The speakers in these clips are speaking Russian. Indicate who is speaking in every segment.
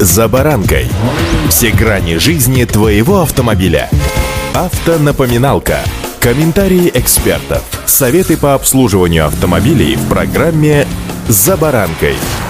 Speaker 1: «За баранкой». Все грани жизни твоего автомобиля. Автонапоминалка. Комментарии экспертов. Советы по обслуживанию автомобилей в программе «За баранкой».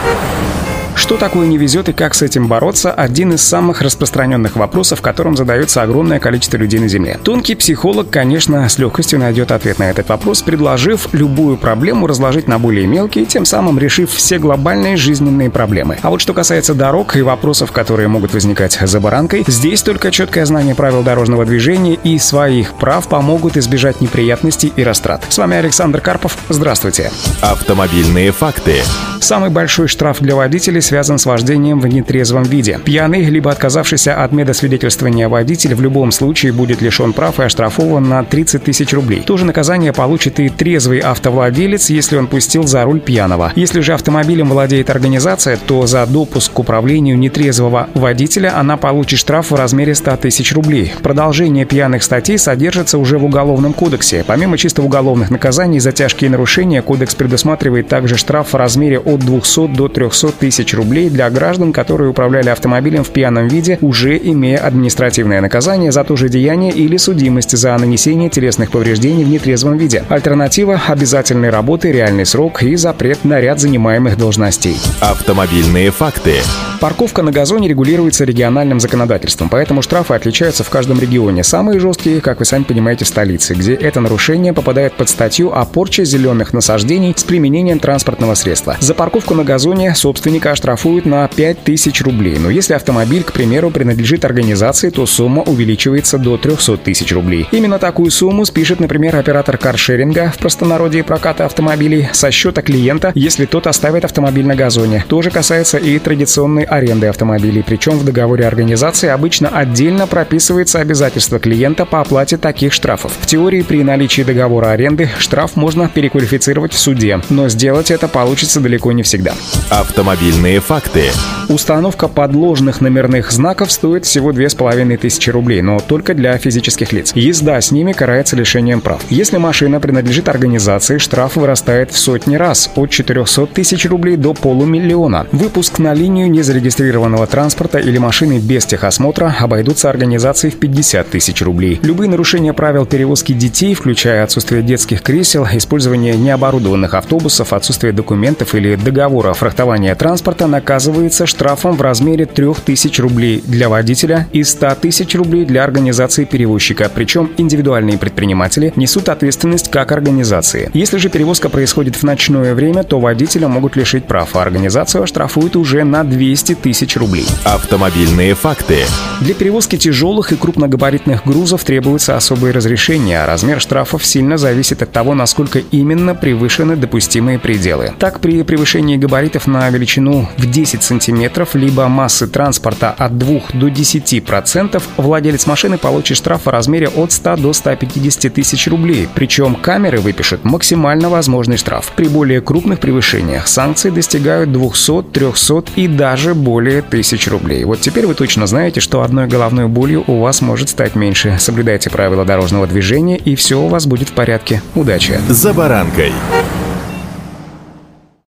Speaker 2: Что такое не везет и как с этим бороться – один из самых распространенных вопросов, которым задается огромное количество людей на Земле. Тонкий психолог, конечно, с легкостью найдет ответ на этот вопрос, предложив любую проблему разложить на более мелкие, тем самым решив все глобальные жизненные проблемы. А вот что касается дорог и вопросов, которые могут возникать за баранкой, здесь только четкое знание правил дорожного движения и своих прав помогут избежать неприятностей и растрат. С вами Александр Карпов. Здравствуйте.
Speaker 1: Автомобильные факты.
Speaker 2: Самый большой штраф для водителей связан с вождением в нетрезвом виде. Пьяный, либо отказавшийся от медосвидетельствования водитель в любом случае будет лишен прав и оштрафован на 30 тысяч рублей. То же наказание получит и трезвый автовладелец, если он пустил за руль пьяного. Если же автомобилем владеет организация, то за допуск к управлению нетрезвого водителя она получит штраф в размере 100 тысяч рублей. Продолжение пьяных статей содержится уже в Уголовном кодексе. Помимо чисто уголовных наказаний за тяжкие нарушения, кодекс предусматривает также штраф в размере от 200 до 300 тысяч рублей для граждан, которые управляли автомобилем в пьяном виде, уже имея административное наказание за то же деяние или судимость за нанесение телесных повреждений в нетрезвом виде. Альтернатива – обязательной работы, реальный срок и запрет на ряд занимаемых должностей.
Speaker 1: Автомобильные факты.
Speaker 2: Парковка на газоне регулируется региональным законодательством, поэтому штрафы отличаются в каждом регионе. Самые жесткие, как вы сами понимаете, в столице, где это нарушение попадает под статью о порче зеленых насаждений с применением транспортного средства. За парковку на газоне собственника оштрафуют на 5000 рублей. Но если автомобиль, к примеру, принадлежит организации, то сумма увеличивается до 300 тысяч рублей. Именно такую сумму спишет, например, оператор каршеринга, в простонародье проката автомобилей, со счета клиента, если тот оставит автомобиль на газоне. То же касается и традиционной аренды автомобилей. Причем в договоре организации обычно отдельно прописывается обязательство клиента по оплате таких штрафов. В теории при наличии договора аренды штраф можно переквалифицировать в суде, но сделать это получится далеко не всегда.
Speaker 1: Автомобильные факты.
Speaker 2: Установка подложных номерных знаков стоит всего 2500 рублей, но только для физических лиц. Езда с ними карается лишением прав. Если машина принадлежит организации, штраф вырастает в сотни раз, от 400 тысяч рублей до полумиллиона. Выпуск на линию незарегистрированного транспорта или машины без техосмотра обойдутся организации в 50 тысяч рублей. Любые нарушения правил перевозки детей, включая отсутствие детских кресел, использование необорудованных автобусов, отсутствие документов или договора фрахтования транспорта, наказывается штрафом в размере 3000 рублей для водителя и 100 тысяч рублей для организации перевозчика. Причем индивидуальные предприниматели несут ответственность как организации. Если же перевозка происходит в ночное время, то водителя могут лишить прав, а организацию оштрафуют уже на 200 тысяч рублей.
Speaker 1: Автомобильные факты.
Speaker 2: Для перевозки тяжелых и крупногабаритных грузов требуются особые разрешения, а размер штрафов сильно зависит от того, насколько именно превышены допустимые пределы. Так, при превышении габаритов на величину в 10 сантиметров либо массы транспорта от 2 до 10%, владелец машины получит штраф в размере от 100 до 150 тысяч рублей. Причем камеры выпишут максимально возможный штраф. При более крупных превышениях санкции достигают 200, 300 и даже более 1000 рублей. Вот теперь вы точно знаете, что одной головной болью у вас может стать меньше. Соблюдайте правила дорожного движения, и все у вас будет в порядке. Удачи!
Speaker 1: За баранкой.